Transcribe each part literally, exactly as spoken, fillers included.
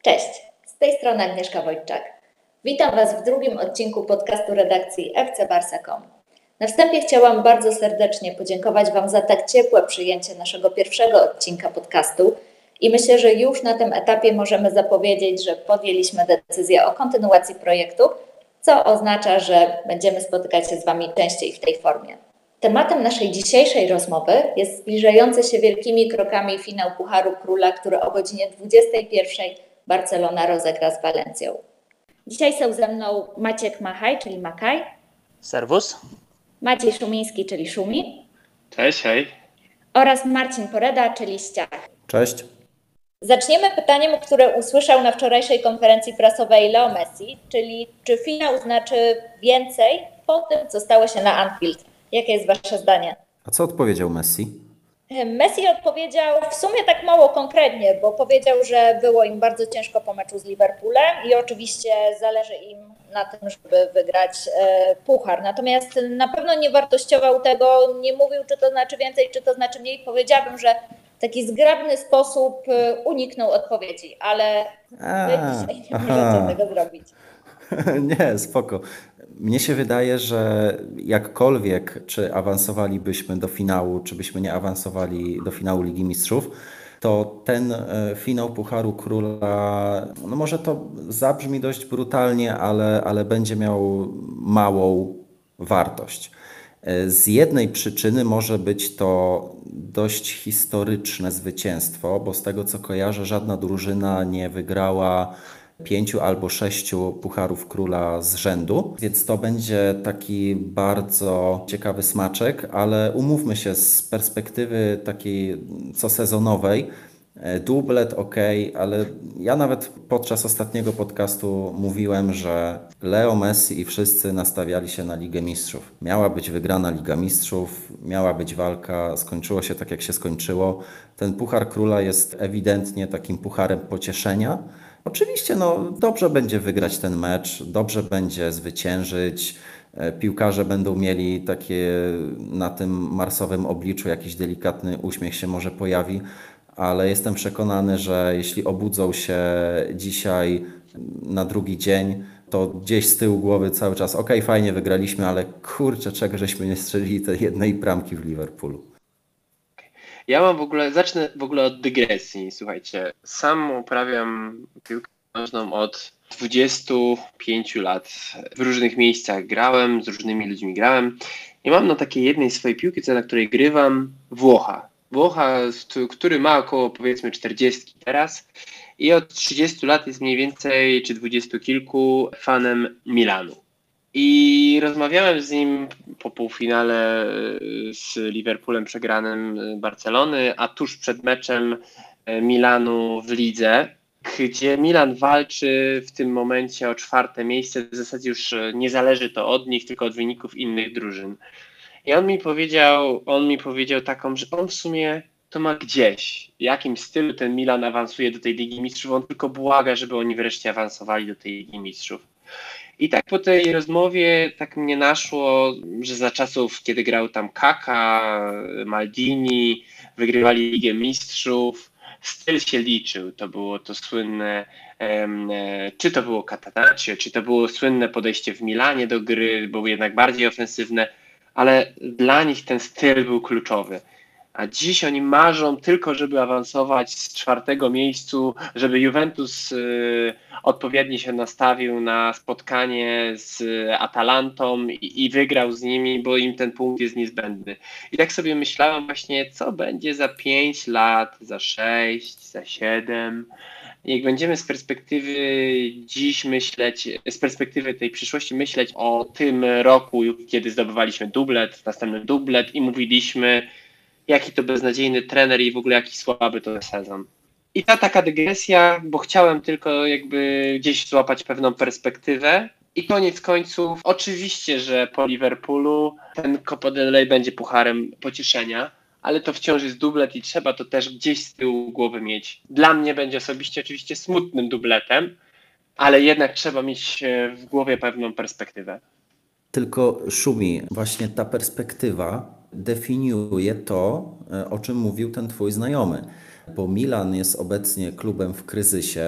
Cześć, z tej strony Agnieszka Wojtczak. Witam Was w drugim odcinku podcastu redakcji F C Barsa kropka com. Na wstępie chciałam bardzo serdecznie podziękować Wam za tak ciepłe przyjęcie naszego pierwszego odcinka podcastu i myślę, że już na tym etapie możemy zapowiedzieć, że podjęliśmy decyzję o kontynuacji projektu, co oznacza, że będziemy spotykać się z Wami częściej w tej formie. Tematem naszej dzisiejszej rozmowy jest zbliżający się wielkimi krokami finał Pucharu Króla, który o godzinie dwudziestej pierwszej Barcelona rozegra z Walencją. Dzisiaj są ze mną Maciek Machaj, czyli Makaj. Serwus. Maciej Szumiński, czyli Szumi. Cześć, hej. Oraz Marcin Poreda, czyli Ściach. Cześć. Zaczniemy pytaniem, które usłyszał na wczorajszej konferencji prasowej Leo Messi, czyli czy finał znaczy więcej po tym, co stało się na Anfield? Jakie jest Wasze zdanie? A co odpowiedział Messi? Messi odpowiedział w sumie tak mało konkretnie, bo powiedział, że było im bardzo ciężko po meczu z Liverpoolem i oczywiście zależy im na tym, żeby wygrać e, puchar. Natomiast na pewno nie wartościował tego, nie mówił, czy to znaczy więcej, czy to znaczy mniej. Powiedziałabym, że w taki zgrabny sposób uniknął odpowiedzi, ale A, wy dzisiaj nie aha. możecie tego zrobić. Nie, spoko. Mnie się wydaje, że jakkolwiek, czy awansowalibyśmy do finału, czy byśmy nie awansowali do finału Ligi Mistrzów, to ten e, finał Pucharu Króla, no może to zabrzmi dość brutalnie, ale, ale będzie miał małą wartość. E, Z jednej przyczyny może być to dość historyczne zwycięstwo, bo z tego co kojarzę, żadna drużyna nie wygrała pięciu albo sześciu Pucharów Króla z rzędu, więc to będzie taki bardzo ciekawy smaczek, ale umówmy się z perspektywy takiej cosezonowej, dublet ok, ale ja nawet podczas ostatniego podcastu mówiłem, że Leo Messi i wszyscy nastawiali się na Ligę Mistrzów. Miała być wygrana Liga Mistrzów, miała być walka, skończyło się tak jak się skończyło. Ten Puchar Króla jest ewidentnie takim pucharem pocieszenia. Oczywiście no, dobrze będzie wygrać ten mecz, dobrze będzie zwyciężyć, piłkarze będą mieli takie na tym marsowym obliczu, jakiś delikatny uśmiech się może pojawi, ale jestem przekonany, że jeśli obudzą się dzisiaj na drugi dzień, to gdzieś z tyłu głowy cały czas okej, okay, fajnie wygraliśmy, ale kurczę, czego żeśmy nie strzelili tej jednej bramki w Liverpoolu. Ja mam w ogóle, zacznę w ogóle od dygresji. Słuchajcie, sam uprawiam piłkę nożną od dwudziestu pięciu lat. W różnych miejscach grałem, z różnymi ludźmi grałem. I mam na takiej jednej swojej piłce, na której grywam, Włocha. Włocha, który ma około powiedzmy czterdzieści teraz i od trzydziestu lat jest mniej więcej, czy dwudziestu kilku, fanem Milanu. I rozmawiałem z nim po półfinale z Liverpoolem przegranym Barcelony, a tuż przed meczem Milanu w lidze, gdzie Milan walczy w tym momencie o czwarte miejsce. W zasadzie już nie zależy to od nich, tylko od wyników innych drużyn. I on mi powiedział, on mi powiedział taką, że on w sumie to ma gdzieś, w jakim stylu ten Milan awansuje do tej Ligi Mistrzów. On tylko błaga, żeby oni wreszcie awansowali do tej Ligi Mistrzów. I tak po tej rozmowie tak mnie naszło, że za czasów, kiedy grał tam Kaka, Maldini, wygrywali Ligę Mistrzów, styl się liczył. To było to słynne, um, czy to było Catenaccio, czy to było słynne podejście w Milanie do gry, było jednak bardziej ofensywne, ale dla nich ten styl był kluczowy. A dziś oni marzą tylko, żeby awansować z czwartego miejscu, żeby Juventus y, odpowiednio się nastawił na spotkanie z Atalantą i, i wygrał z nimi, bo im ten punkt jest niezbędny. I tak sobie myślałem właśnie, co będzie za pięć lat, za sześć, za siedem. Jak będziemy z perspektywy dziś myśleć, z perspektywy tej przyszłości myśleć o tym roku, kiedy zdobywaliśmy dublet, następny dublet i mówiliśmy, jaki to beznadziejny trener i w ogóle jaki słaby to sezon. I ta taka dygresja, bo chciałem tylko jakby gdzieś złapać pewną perspektywę. I koniec końców, oczywiście, że po Liverpoolu ten Copa del Rey będzie pucharem pocieszenia, ale to wciąż jest dublet i trzeba to też gdzieś z tyłu głowy mieć. Dla mnie będzie osobiście oczywiście smutnym dubletem, ale jednak trzeba mieć w głowie pewną perspektywę. Tylko Szumi, właśnie ta perspektywa definiuje to, o czym mówił ten twój znajomy. Bo Milan jest obecnie klubem w kryzysie,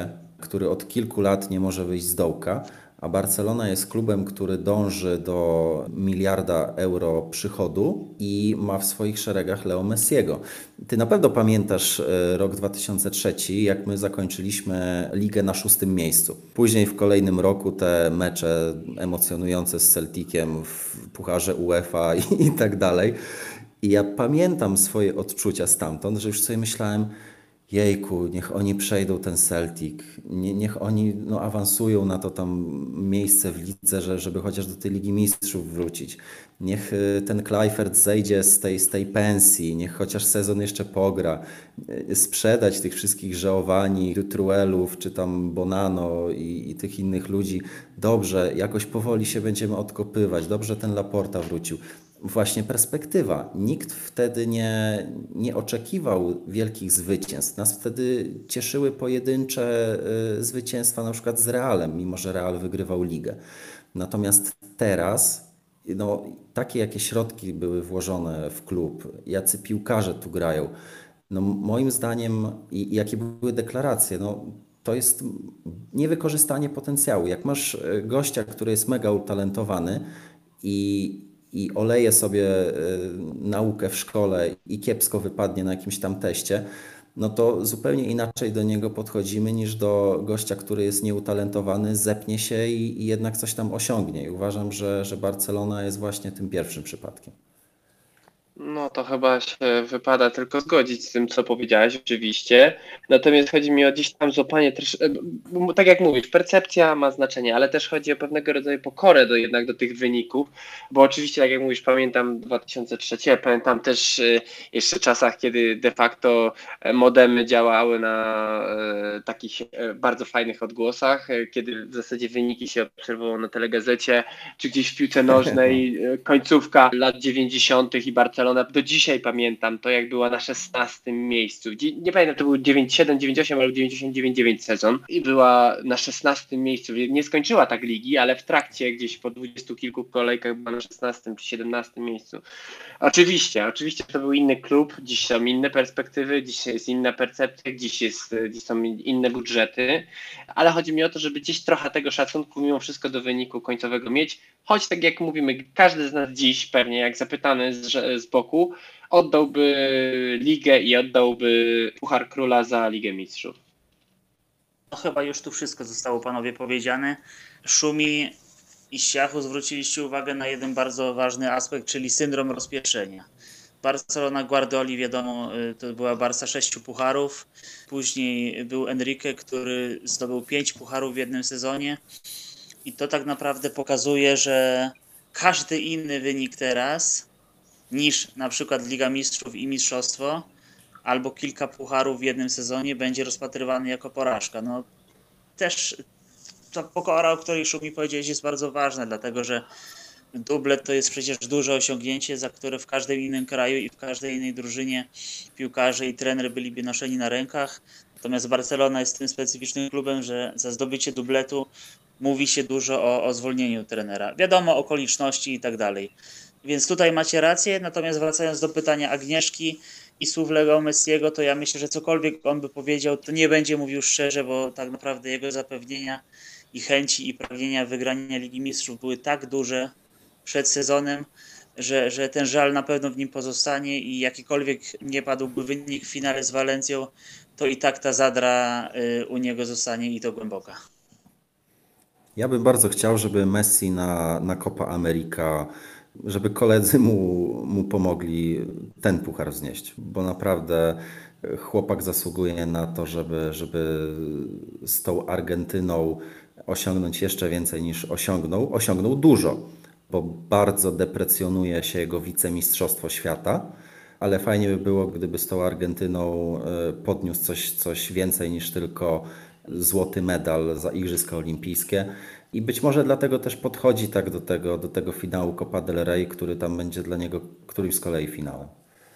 który od kilku lat nie może wyjść z dołka, a Barcelona jest klubem, który dąży do miliarda euro przychodu i ma w swoich szeregach Leo Messiego. Ty na pewno pamiętasz rok dwa tysiące trzeci, jak my zakończyliśmy ligę na szóstym miejscu. Później w kolejnym roku te mecze emocjonujące z Celticiem w Pucharze UEFA i, i tak dalej. I ja pamiętam swoje odczucia stamtąd, że już sobie myślałem, jejku, niech oni przejdą ten Celtic, nie, niech oni no, awansują na to tam miejsce w lidze, że, żeby chociaż do tej Ligi Mistrzów wrócić. Niech y, ten Kluivert zejdzie z tej, z tej pensji, niech chociaż sezon jeszcze pogra. Y, sprzedać tych wszystkich Żeowani, Truelów, czy tam Bonano i, i tych innych ludzi. Dobrze, jakoś powoli się będziemy odkopywać. Dobrze ten Laporta wrócił. Właśnie perspektywa. Nikt wtedy nie, nie oczekiwał wielkich zwycięstw. Nas wtedy cieszyły pojedyncze y, zwycięstwa na przykład z Realem, mimo że Real wygrywał ligę. Natomiast teraz no, takie jakie środki były włożone w klub, jacy piłkarze tu grają, no, moim zdaniem i, i jakie były deklaracje, no, to jest niewykorzystanie potencjału. Jak masz gościa, który jest mega utalentowany i i oleje sobie y, naukę w szkole i kiepsko wypadnie na jakimś tam teście, no to zupełnie inaczej do niego podchodzimy niż do gościa, który jest nieutalentowany, zepnie się i, i jednak coś tam osiągnie. I uważam, że, że Barcelona jest właśnie tym pierwszym przypadkiem. No to chyba się wypada tylko zgodzić z tym, co powiedziałeś, oczywiście. Natomiast chodzi mi o gdzieś tam złapanie też, bo tak jak mówisz, percepcja ma znaczenie, ale też chodzi o pewnego rodzaju pokorę do jednak do tych wyników, bo oczywiście, tak jak mówisz, pamiętam dwa tysiące trzeci, ja pamiętam też jeszcze czasach, kiedy de facto modemy działały na takich bardzo fajnych odgłosach, kiedy w zasadzie wyniki się obserwowało na telegazecie, czy gdzieś w piłce nożnej, końcówka lat dziewięćdziesiątych i Barcelona. Do dzisiaj pamiętam to, jak była na szesnastym miejscu. Nie pamiętam, to był dziewięćdziesiąt siedem dziewięćdziesiąt osiem albo dziewięćdziesiąt dziewięć dziewięć sezon i była na szesnastym miejscu. Nie skończyła tak ligi, ale w trakcie gdzieś po dwudziestu kilku kolejkach była na szesnastym czy siedemnastym miejscu. Oczywiście, oczywiście to był inny klub, dziś są inne perspektywy, dziś jest inna percepcja, dziś, jest, dziś są inne budżety, ale chodzi mi o to, żeby gdzieś trochę tego szacunku mimo wszystko do wyniku końcowego mieć, choć tak jak mówimy, każdy z nas dziś pewnie, jak zapytany z, z boku, oddałby ligę i oddałby Puchar Króla za Ligę Mistrzów. No chyba już tu wszystko zostało, panowie, powiedziane. Szumi i Ściachu zwróciliście uwagę na jeden bardzo ważny aspekt, czyli syndrom rozpieszczenia. Barcelona Guardioli, wiadomo, to była Barca sześciu pucharów. Później był Enrique, który zdobył pięć pucharów w jednym sezonie. I to tak naprawdę pokazuje, że każdy inny wynik teraz niż na przykład Liga Mistrzów i Mistrzostwo albo kilka pucharów w jednym sezonie będzie rozpatrywany jako porażka. No też ta pokora, o której Szumi powiedziałeś, jest bardzo ważna, dlatego że dublet to jest przecież duże osiągnięcie, za które w każdym innym kraju i w każdej innej drużynie piłkarze i trener byliby noszeni na rękach. Natomiast Barcelona jest tym specyficznym klubem, że za zdobycie dubletu mówi się dużo o, o zwolnieniu trenera. Wiadomo, okoliczności i tak dalej. Więc tutaj macie rację, natomiast wracając do pytania Agnieszki i słów Leo Messiego, to ja myślę, że cokolwiek on by powiedział, to nie będzie mówił szczerze, bo tak naprawdę jego zapewnienia i chęci i pragnienia wygrania Ligi Mistrzów były tak duże przed sezonem, że, że ten żal na pewno w nim pozostanie i jakikolwiek nie padłby wynik w finale z Walencją, to i tak ta zadra u niego zostanie i to głęboka. Ja bym bardzo chciał, żeby Messi na, na Copa America, żeby koledzy mu, mu pomogli ten puchar wznieść, bo naprawdę chłopak zasługuje na to, żeby, żeby z tą Argentyną osiągnąć jeszcze więcej niż osiągnął. Osiągnął dużo, bo bardzo deprecjonuje się jego wicemistrzostwo świata, ale fajnie by było, gdyby z tą Argentyną podniósł coś, coś więcej niż tylko złoty medal za Igrzyska Olimpijskie. I być może dlatego też podchodzi tak do tego, do tego finału Copa del Rey, który tam będzie dla niego którymś z kolei finałem.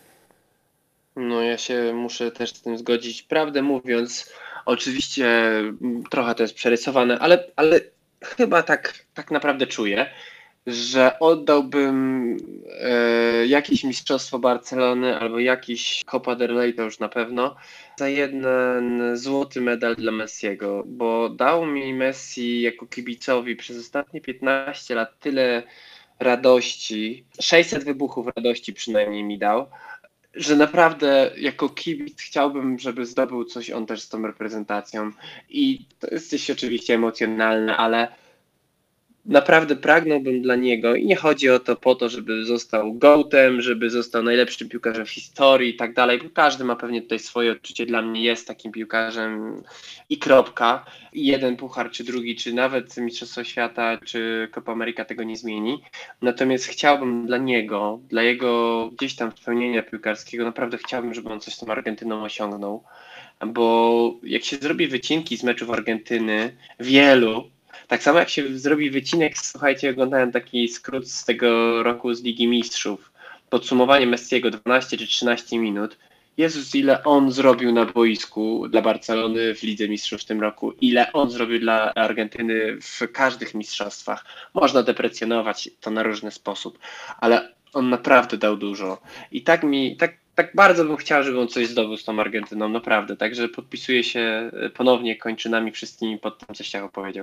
No ja się muszę też z tym zgodzić. Prawdę mówiąc, oczywiście trochę to jest przerysowane, ale, ale chyba tak, tak naprawdę czuję. że oddałbym e, jakieś mistrzostwo Barcelony albo jakiś Copa del Rey, to już na pewno, za jeden złoty medal dla Messiego, bo dał mi Messi jako kibicowi przez ostatnie piętnaście lat tyle radości, sześćset wybuchów radości przynajmniej mi dał, że naprawdę jako kibic chciałbym, żeby zdobył coś on też z tą reprezentacją. I to jest coś oczywiście emocjonalne, ale naprawdę pragnąłbym dla niego i nie chodzi o to po to, żeby został gołtem, żeby został najlepszym piłkarzem w historii i tak dalej, bo każdy ma pewnie tutaj swoje odczucie. Dla mnie jest takim piłkarzem i kropka. I jeden puchar, czy drugi, czy nawet Mistrzostwo Świata, czy Copa America tego nie zmieni. Natomiast chciałbym dla niego, dla jego gdzieś tam spełnienia piłkarskiego, naprawdę chciałbym, żeby on coś z tą Argentyną osiągnął. Bo jak się zrobi wycinki z meczów Argentyny, wielu, tak samo jak się zrobi wycinek, słuchajcie, oglądałem taki skrót z tego roku z Ligi Mistrzów. Podsumowanie Messiego dwanaście czy trzynaście minut. Jezus, ile on zrobił na boisku dla Barcelony w Lidze Mistrzów w tym roku. Ile on zrobił dla Argentyny w każdych mistrzostwach. Można deprecjonować to na różny sposób, ale on naprawdę dał dużo. I tak mi, tak, tak bardzo bym chciał, żeby on coś zdobył z tą Argentyną, naprawdę. Także podpisuję się ponownie kończynami wszystkimi pod tym, co Ściach powiedział.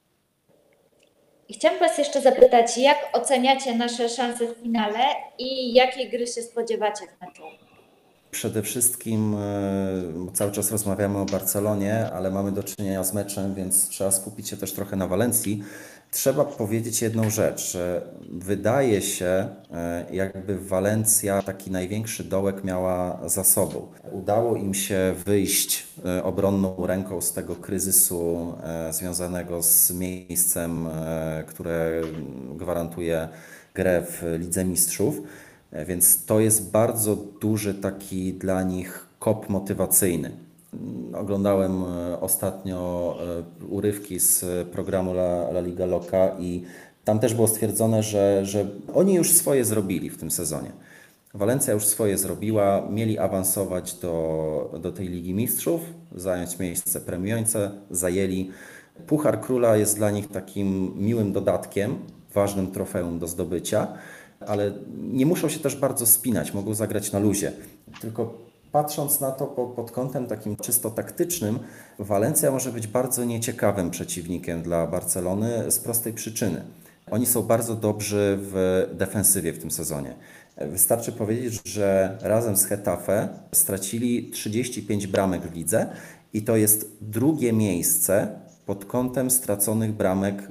I chciałam Was jeszcze zapytać, jak oceniacie nasze szanse w finale i jakiej gry się spodziewacie w meczu? Przede wszystkim e, cały czas rozmawiamy o Barcelonie, ale mamy do czynienia z meczem, więc trzeba skupić się też trochę na Walencji. Trzeba powiedzieć jedną rzecz, że wydaje się, e, jakby Walencja taki największy dołek miała za sobą. Udało im się wyjść e, obronną ręką z tego kryzysu e, związanego z miejscem, e, które gwarantuje grę w Lidze Mistrzów. Więc to jest bardzo duży taki dla nich kop motywacyjny. Oglądałem ostatnio urywki z programu La, La Liga Loca i tam też było stwierdzone, że, że oni już swoje zrobili w tym sezonie. Walencja już swoje zrobiła, mieli awansować do, do tej Ligi Mistrzów, zająć miejsce premiujące, zajęli. Puchar Króla jest dla nich takim miłym dodatkiem, ważnym trofeum do zdobycia, ale nie muszą się też bardzo spinać, mogą zagrać na luzie. Tylko patrząc na to pod kątem takim czysto taktycznym, Walencja może być bardzo nieciekawym przeciwnikiem dla Barcelony z prostej przyczyny. Oni są bardzo dobrzy w defensywie w tym sezonie. Wystarczy powiedzieć, że razem z Getafe stracili trzydzieści pięć bramek w lidze i to jest drugie miejsce pod kątem straconych bramek,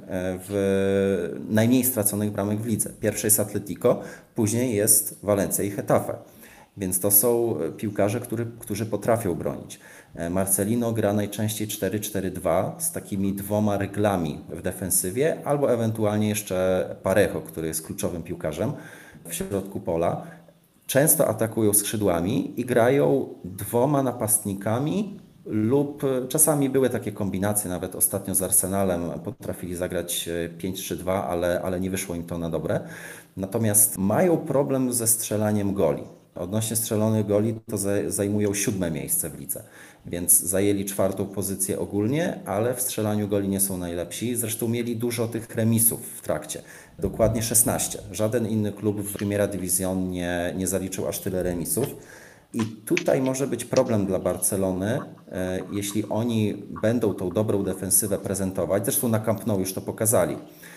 w, najmniej straconych bramek w lidze. Pierwsze jest Atletico, później jest Walencja i Getafe. Więc to są piłkarze, który, którzy potrafią bronić. Marcelino gra najczęściej cztery cztery dwa z takimi dwoma ryglami w defensywie, albo ewentualnie jeszcze Parejo, który jest kluczowym piłkarzem w środku pola. Często atakują skrzydłami i grają dwoma napastnikami lub czasami były takie kombinacje, nawet ostatnio z Arsenalem potrafili zagrać pięć trzy dwa, ale, ale nie wyszło im to na dobre. Natomiast mają problem ze strzelaniem goli. Odnośnie strzelonych goli to zajmują siódme miejsce w lidze, więc zajęli czwartą pozycję ogólnie, ale w strzelaniu goli nie są najlepsi. Zresztą mieli dużo tych remisów w trakcie, dokładnie szesnaście. Żaden inny klub w Primera División nie, nie zaliczył aż tyle remisów. I tutaj może być problem dla Barcelony, jeśli oni będą tą dobrą defensywę prezentować, zresztą na Camp Nou już to pokazali,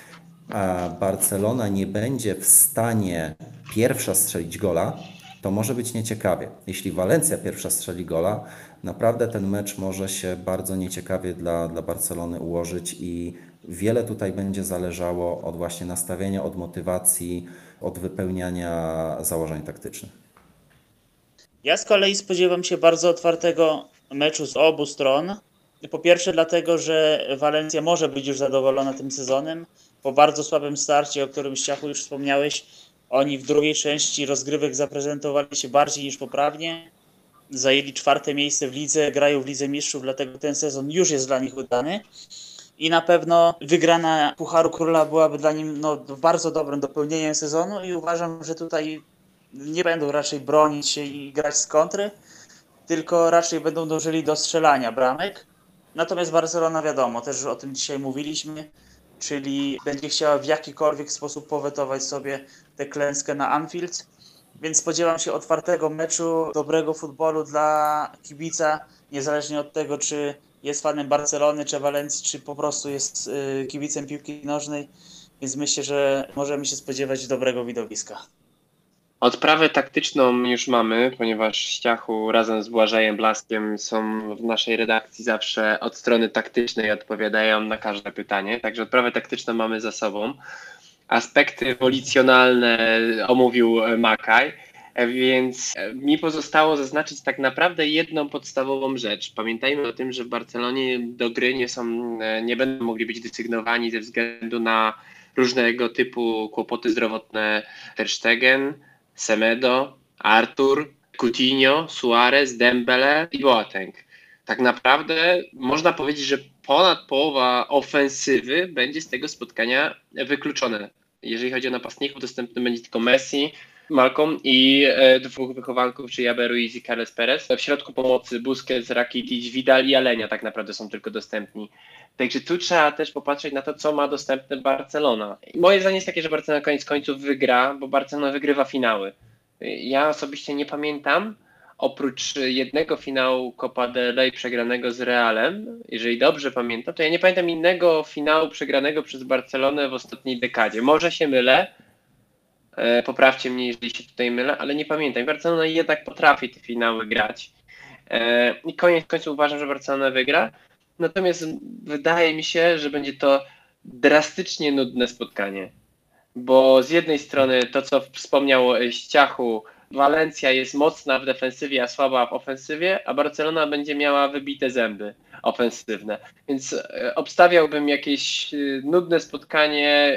a Barcelona nie będzie w stanie pierwsza strzelić gola, to może być nieciekawie. Jeśli Walencja pierwsza strzeli gola, naprawdę ten mecz może się bardzo nieciekawie dla, dla Barcelony ułożyć i wiele tutaj będzie zależało od właśnie nastawienia, od motywacji, od wypełniania założeń taktycznych. Ja z kolei spodziewam się bardzo otwartego meczu z obu stron. Po pierwsze dlatego, że Walencja może być już zadowolona tym sezonem. Po bardzo słabym starcie, o którym Ściachu już wspomniałeś, oni w drugiej części rozgrywek zaprezentowali się bardziej niż poprawnie. Zajęli czwarte miejsce w lidze, grają w Lidze Mistrzów, dlatego ten sezon już jest dla nich udany. I na pewno wygrana Pucharu Króla byłaby dla nich no, bardzo dobrym dopełnieniem sezonu i uważam, że tutaj nie będą raczej bronić się i grać z kontry, tylko raczej będą dążyli do strzelania bramek. Natomiast Barcelona, wiadomo, też o tym dzisiaj mówiliśmy, czyli będzie chciała w jakikolwiek sposób powetować sobie tę klęskę na Anfield. Więc spodziewam się otwartego meczu, dobrego futbolu dla kibica, niezależnie od tego, czy jest fanem Barcelony, czy Walencji, czy po prostu jest kibicem piłki nożnej. Więc myślę, że możemy się spodziewać dobrego widowiska. Odprawę taktyczną już mamy, ponieważ Ściachu razem z Błażejem Blaskiem są w naszej redakcji zawsze od strony taktycznej, odpowiadają na każde pytanie. Także odprawę taktyczną mamy za sobą. Aspekty wolicjonalne omówił Makaj, więc mi pozostało zaznaczyć tak naprawdę jedną podstawową rzecz. Pamiętajmy o tym, że w Barcelonie do gry nie są, nie będą mogli być desygnowani ze względu na różnego typu kłopoty zdrowotne Ter Stegen, Semedo, Artur, Coutinho, Suarez, Dembele i Boateng. Tak naprawdę można powiedzieć, że ponad połowa ofensywy będzie z tego spotkania wykluczone. Jeżeli chodzi o napastników, dostępny będzie tylko Messi, Malcolm i e, dwóch wychowanków, czyli Jabe Ruiz i Carles Perez. W środku pomocy Busquets, Rakitic, Vidal i Alenia tak naprawdę są tylko dostępni. Także tu trzeba też popatrzeć na to, co ma dostępne Barcelona. I moje zdanie jest takie, że Barcelona koniec końców wygra, bo Barcelona wygrywa finały. Ja osobiście nie pamiętam, oprócz jednego finału Copa del Rey przegranego z Realem, jeżeli dobrze pamiętam, to ja nie pamiętam innego finału przegranego przez Barcelonę w ostatniej dekadzie. Może się mylę, e, poprawcie mnie, jeżeli się tutaj mylę, ale nie pamiętam. Barcelona jednak potrafi te finały grać. E, I koniec końców uważam, że Barcelona wygra. Natomiast wydaje mi się, że będzie to drastycznie nudne spotkanie. Bo z jednej strony to, co wspomniał Ściachu, Walencja jest mocna w defensywie, a słaba w ofensywie, a Barcelona będzie miała wybite zęby ofensywne. Więc obstawiałbym jakieś nudne spotkanie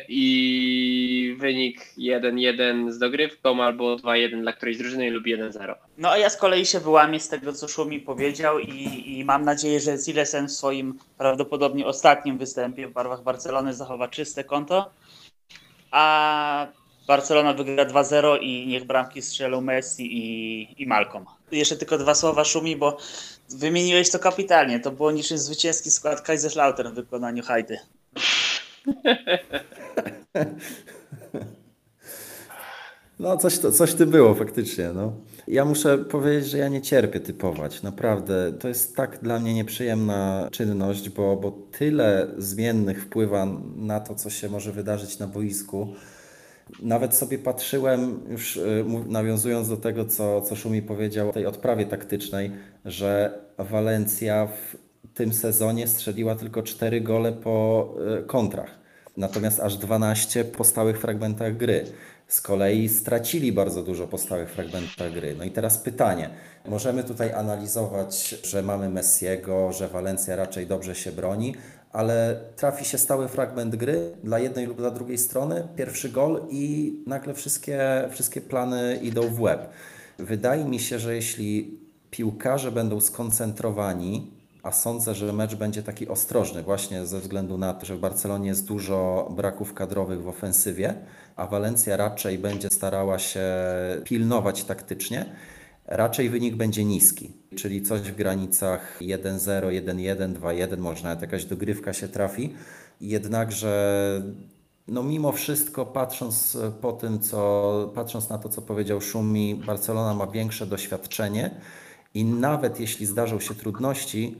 i wynik jeden jeden z dogrywką albo dwa jeden dla którejś drużyny lub jeden zero. No a ja z kolei się wyłamię z tego, co Szumi powiedział i, i mam nadzieję, że Zilesen w swoim prawdopodobnie ostatnim występie w barwach Barcelony zachowa czyste konto, a Barcelona wygra dwa zero i niech bramki strzelą Messi i, i Malcolm. Jeszcze tylko dwa słowa, Szumi, bo wymieniłeś to kapitalnie. To było niczym zwycięski skład Kaiserslautern w wykonaniu Hajdy. No coś, to, coś ty było faktycznie. No. Ja muszę powiedzieć, że ja nie cierpię typować. Naprawdę. To jest tak dla mnie nieprzyjemna czynność, bo, bo tyle zmiennych wpływa na to, co się może wydarzyć na boisku. Nawet sobie patrzyłem, już nawiązując do tego, co, co Szumi powiedział o tej odprawie taktycznej, że Walencja w tym sezonie strzeliła tylko cztery gole po kontrach, natomiast aż dwanaście po stałych fragmentach gry. Z kolei stracili bardzo dużo po stałych fragmentach gry. No i teraz pytanie. Możemy tutaj analizować, że mamy Messiego, że Walencja raczej dobrze się broni, ale trafi się stały fragment gry dla jednej lub dla drugiej strony, pierwszy gol i nagle wszystkie, wszystkie plany idą w łeb. Wydaje mi się, że jeśli piłkarze będą skoncentrowani, a sądzę, że mecz będzie taki ostrożny właśnie ze względu na to, że w Barcelonie jest dużo braków kadrowych w ofensywie, a Walencja raczej będzie starała się pilnować taktycznie, raczej wynik będzie niski, czyli coś w granicach jeden zero, jeden jeden, dwa jeden, może nawet jakaś dogrywka się trafi. Jednakże no mimo wszystko patrząc po tym, co, patrząc na to, co powiedział Szumi, Barcelona ma większe doświadczenie i nawet jeśli zdarzą się trudności,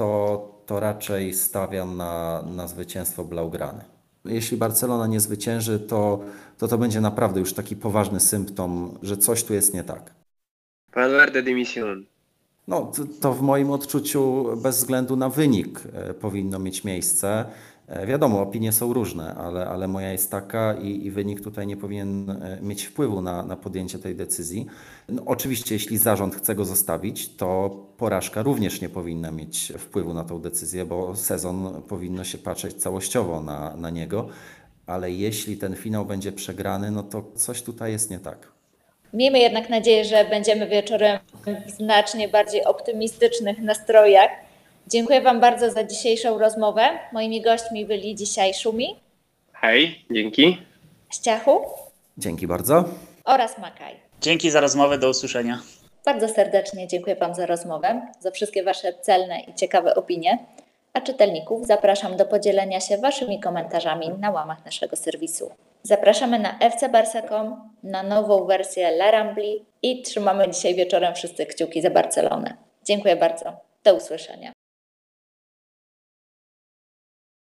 to, to raczej stawiam na, na zwycięstwo Blaugrany. Jeśli Barcelona nie zwycięży, to, to to będzie naprawdę już taki poważny symptom, że coś tu jest nie tak. Valverde dymisjon. No, to, to w moim odczuciu bez względu na wynik e, powinno mieć miejsce. E, wiadomo, opinie są różne, ale, ale moja jest taka i, i wynik tutaj nie powinien e, mieć wpływu na, na podjęcie tej decyzji. No, oczywiście, jeśli zarząd chce go zostawić, to porażka również nie powinna mieć wpływu na tą decyzję, bo sezon powinno się patrzeć całościowo na, na niego, ale jeśli ten finał będzie przegrany, no to coś tutaj jest nie tak. Miejmy jednak nadzieję, że będziemy wieczorem w znacznie bardziej optymistycznych nastrojach. Dziękuję Wam bardzo za dzisiejszą rozmowę. Moimi gośćmi byli dzisiaj Szumi. Hej, dzięki. Ściachu. Dzięki bardzo. Oraz Makaj. Dzięki za rozmowę, do usłyszenia. Bardzo serdecznie dziękuję Wam za rozmowę, za wszystkie Wasze celne i ciekawe opinie. a czytelników zapraszam do podzielenia się Waszymi komentarzami na łamach naszego serwisu. Zapraszamy na f c barsa kropka com, na nową wersję La Rambli i trzymamy dzisiaj wieczorem wszyscy kciuki za Barcelonę. Dziękuję bardzo. Do usłyszenia.